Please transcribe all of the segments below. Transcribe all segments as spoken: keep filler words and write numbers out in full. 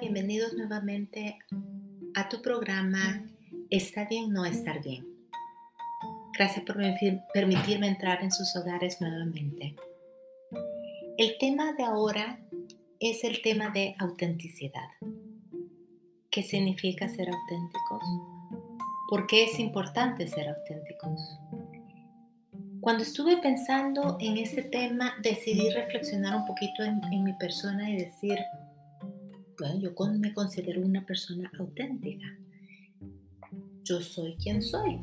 bienvenidos nuevamente a tu programa Está bien no estar bien. Gracias por permitirme entrar en sus hogares nuevamente. El tema de ahora es el tema de autenticidad. ¿Qué significa ser auténticos? ¿Por qué es importante ser auténticos? Cuando estuve pensando en este tema, decidí reflexionar un poquito en, en mi persona y decir, bueno, yo con- me considero una persona auténtica. Yo soy quien soy.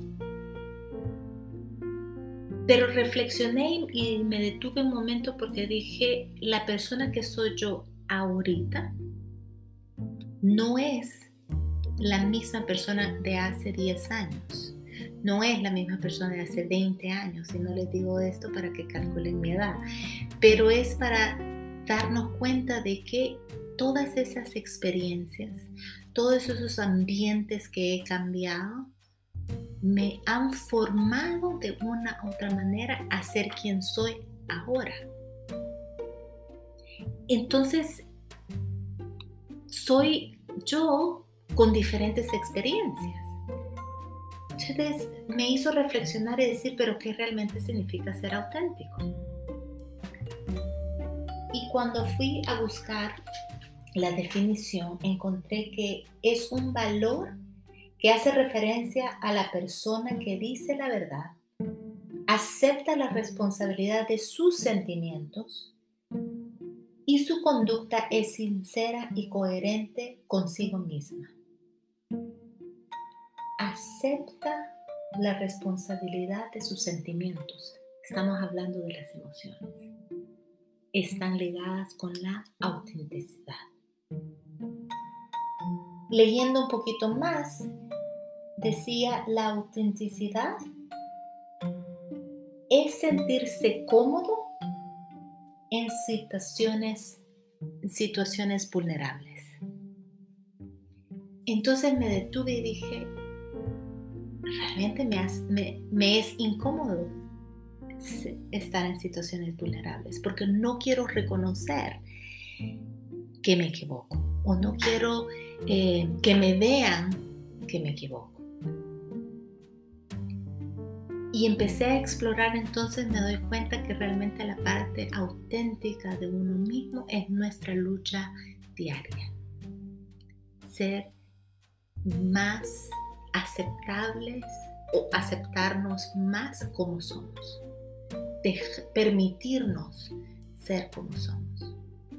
Pero reflexioné y y me detuve un momento porque dije, la persona que soy yo ahorita no es la misma persona de hace diez años. No es la misma persona de hace veinte años. Y no les digo esto para que calculen mi edad. Pero es para darnos cuenta de que todas esas experiencias, todos esos ambientes que he cambiado, me han formado de una u otra manera a ser quien soy ahora. Entonces, soy yo con diferentes experiencias. Entonces, me hizo reflexionar y decir, pero ¿qué realmente significa ser auténtico? Y cuando fui a buscar la definición, encontré que es un valor que hace referencia a la persona que dice la verdad, acepta la responsabilidad de sus sentimientos y su conducta es sincera y coherente consigo misma. Acepta la responsabilidad de sus sentimientos. Estamos hablando de las emociones. Están ligadas con la autenticidad. Leyendo un poquito más, decía, la autenticidad es sentirse cómodo en situaciones, situaciones vulnerables. Entonces me detuve y dije, realmente me, has, me, me es incómodo estar en situaciones vulnerables porque no quiero reconocer que me equivoco o no quiero eh, que me vean que me equivoco. Y empecé a explorar, entonces me doy cuenta que realmente la parte auténtica de uno mismo es nuestra lucha diaria. Ser más aceptables o aceptarnos más como somos. De permitirnos ser como somos.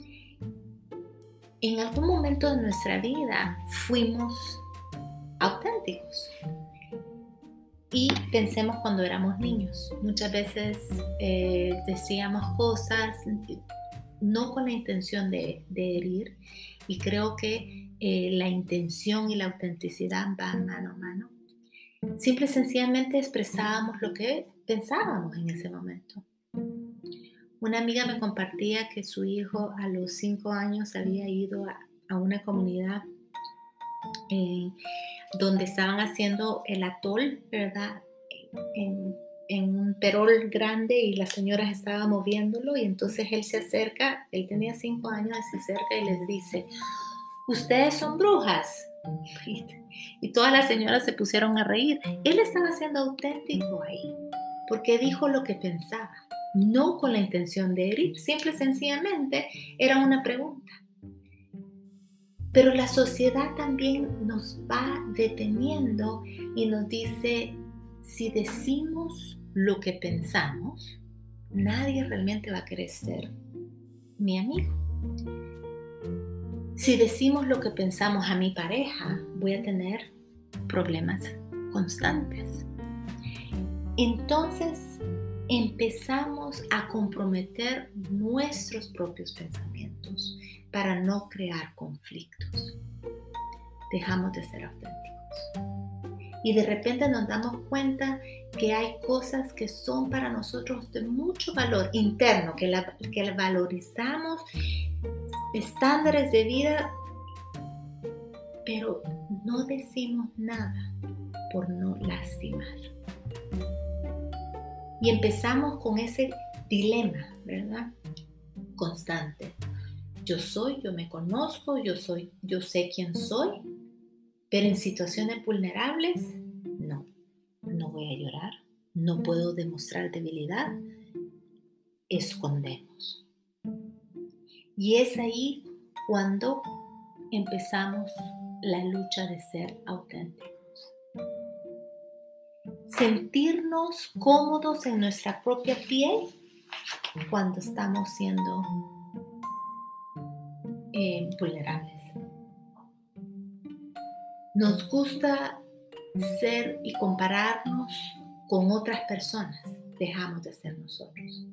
En algún momento de nuestra vida fuimos auténticos. Y pensemos cuando éramos niños. Muchas veces eh, decíamos cosas no con la intención de, de herir, y creo que eh, la intención y la autenticidad van mano a mano. Simple y sencillamente expresábamos lo que pensábamos en ese momento. Una amiga me compartía que su hijo a los cinco años había ido a, a una comunidad eh, donde estaban haciendo el atol, ¿verdad? En, en un perol grande y las señoras estaban moviéndolo y entonces él se acerca, él tenía cinco años, se acerca y les dice, ¿ustedes son brujas? Y, y todas las señoras se pusieron a reír. Él estaba siendo auténtico ahí, porque dijo lo que pensaba, no con la intención de herir, simple y sencillamente era una pregunta. Pero la sociedad también nos va deteniendo y nos dice, si decimos lo que pensamos, nadie realmente va a querer ser mi amigo. Si decimos lo que pensamos a mi pareja, voy a tener problemas constantes. Entonces empezamos a comprometer nuestros propios pensamientos para no crear conflictos. Dejamos de ser auténticos. Y de repente nos damos cuenta que hay cosas que son para nosotros de mucho valor interno, que la, que la valorizamos, estándares de vida, pero no decimos nada por no lastimar. Y empezamos con ese dilema, ¿verdad? Constante. Yo soy, yo me conozco, yo soy, yo sé quién soy, pero en situaciones vulnerables, no, no voy a llorar, no puedo demostrar debilidad, escondemos. Y es ahí cuando empezamos la lucha de ser auténticos. Sentirnos cómodos en nuestra propia piel cuando estamos siendo eh, vulnerables. Nos gusta ser y compararnos con otras personas. Dejamos de ser nosotros.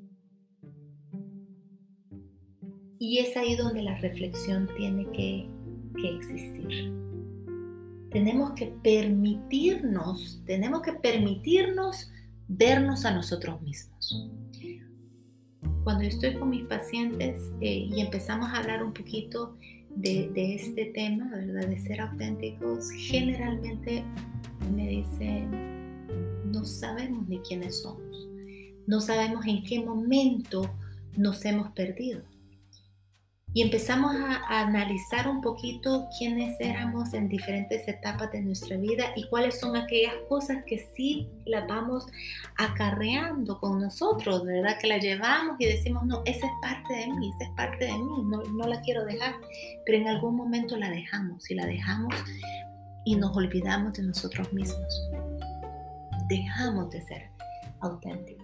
Y es ahí donde la reflexión tiene que, que existir. Tenemos que permitirnos, tenemos que permitirnos vernos a nosotros mismos. Cuando yo estoy con mis pacientes eh, y empezamos a hablar un poquito de, de este tema, ¿verdad? De ser auténticos, generalmente me dicen, no sabemos ni quiénes somos, no sabemos en qué momento nos hemos perdido. Y empezamos a, a analizar un poquito quiénes éramos en diferentes etapas de nuestra vida y cuáles son aquellas cosas que sí las vamos acarreando con nosotros, ¿verdad? Que la llevamos y decimos, no, esa es parte de mí, esa es parte de mí, no, no la quiero dejar, pero en algún momento la dejamos y la dejamos y nos olvidamos de nosotros mismos. Dejamos de ser auténticos.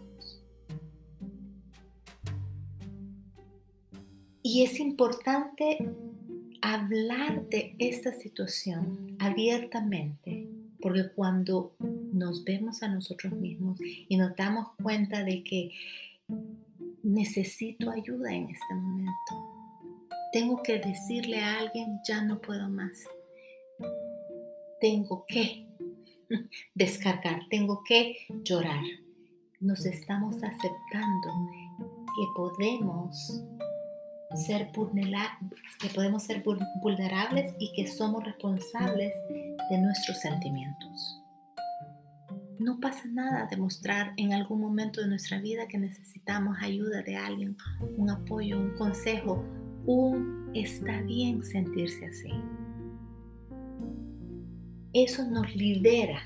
Y es importante hablar de esta situación abiertamente, porque cuando nos vemos a nosotros mismos y nos damos cuenta de que necesito ayuda en este momento, tengo que decirle a alguien, ya no puedo más, tengo que descargar, tengo que llorar. Nos estamos aceptando que podemos ser vulnerables, que podemos ser vulnerables y que somos responsables de nuestros sentimientos. No pasa nada de mostrar en algún momento de nuestra vida que necesitamos ayuda de alguien, un apoyo, un consejo, un está bien sentirse así. Eso nos libera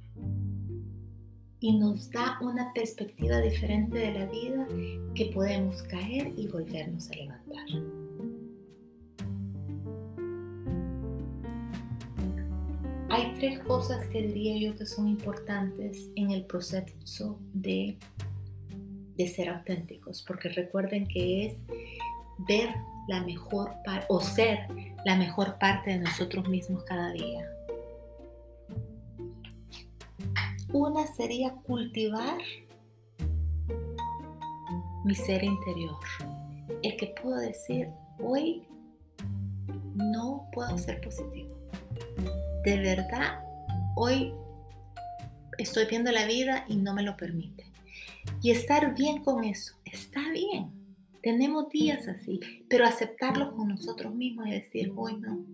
y nos da una perspectiva diferente de la vida, que podemos caer y volvernos a levantar. Hay tres cosas que diría yo que son importantes en el proceso de, de ser auténticos, porque recuerden que es ver la mejor parte o ser la mejor parte de nosotros mismos cada día. Una sería cultivar mi ser interior, el que puedo decir, hoy no puedo ser positivo. De verdad, hoy estoy viendo la vida y no me lo permite. Y estar bien con eso, está bien. Tenemos días así, pero aceptarlo con nosotros mismos y decir, hoy no.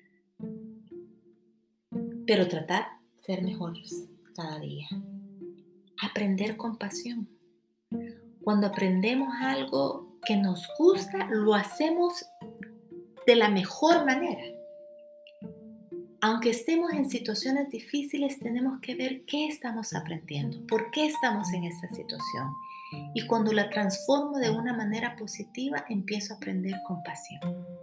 Pero tratar de ser mejores cada día. Aprender compasión. Cuando aprendemos algo que nos gusta, lo hacemos de la mejor manera. Aunque estemos en situaciones difíciles, tenemos que ver qué estamos aprendiendo, por qué estamos en esa situación. Y cuando la transformo de una manera positiva, empiezo a aprender compasión.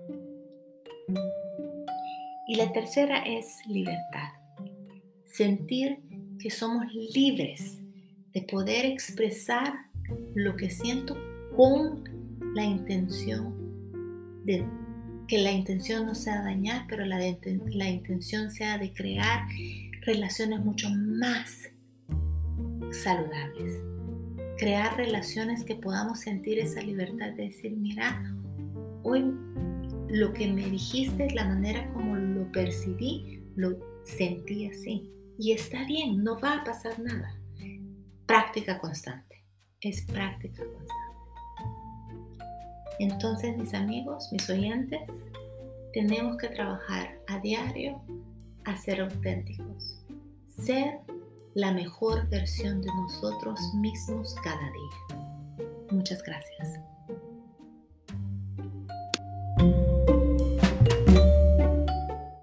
Y la tercera es libertad. Sentir que somos libres de poder expresar lo que siento con la intención de que la intención no sea dañar, pero la, de, la intención sea de crear relaciones mucho más saludables. Crear relaciones que podamos sentir esa libertad de decir, mira, hoy lo que me dijiste, la manera como lo percibí, lo sentí así. Y está bien, no va a pasar nada. Práctica constante. Es práctica constante. Entonces, mis amigos, mis oyentes, tenemos que trabajar a diario a ser auténticos. Ser la mejor versión de nosotros mismos cada día. Muchas gracias.